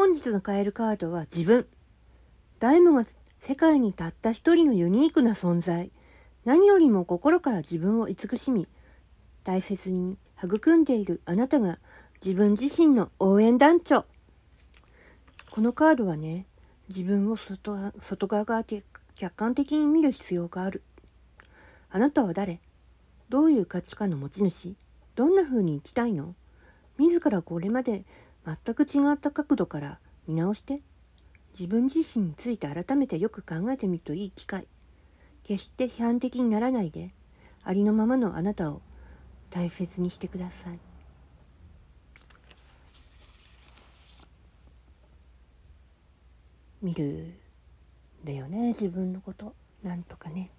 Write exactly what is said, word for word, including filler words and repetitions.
本日のカエルカードは自分。誰もが世界にたった一人のユニークな存在。何よりも心から自分を慈しみ、大切に育んでいるあなたが自分自身の応援団長。このカードはね、自分を 外, 外側から客観的に見る必要がある。あなたは誰？どういう価値観の持ち主？どんな風に生きたいの？自らこれまで全く違った角度から見直して、自分自身について改めてよく考えてみるといい機会。決して批判的にならないで、ありのままのあなたを大切にしてください。見るんだよね、自分のこと。なんとかね。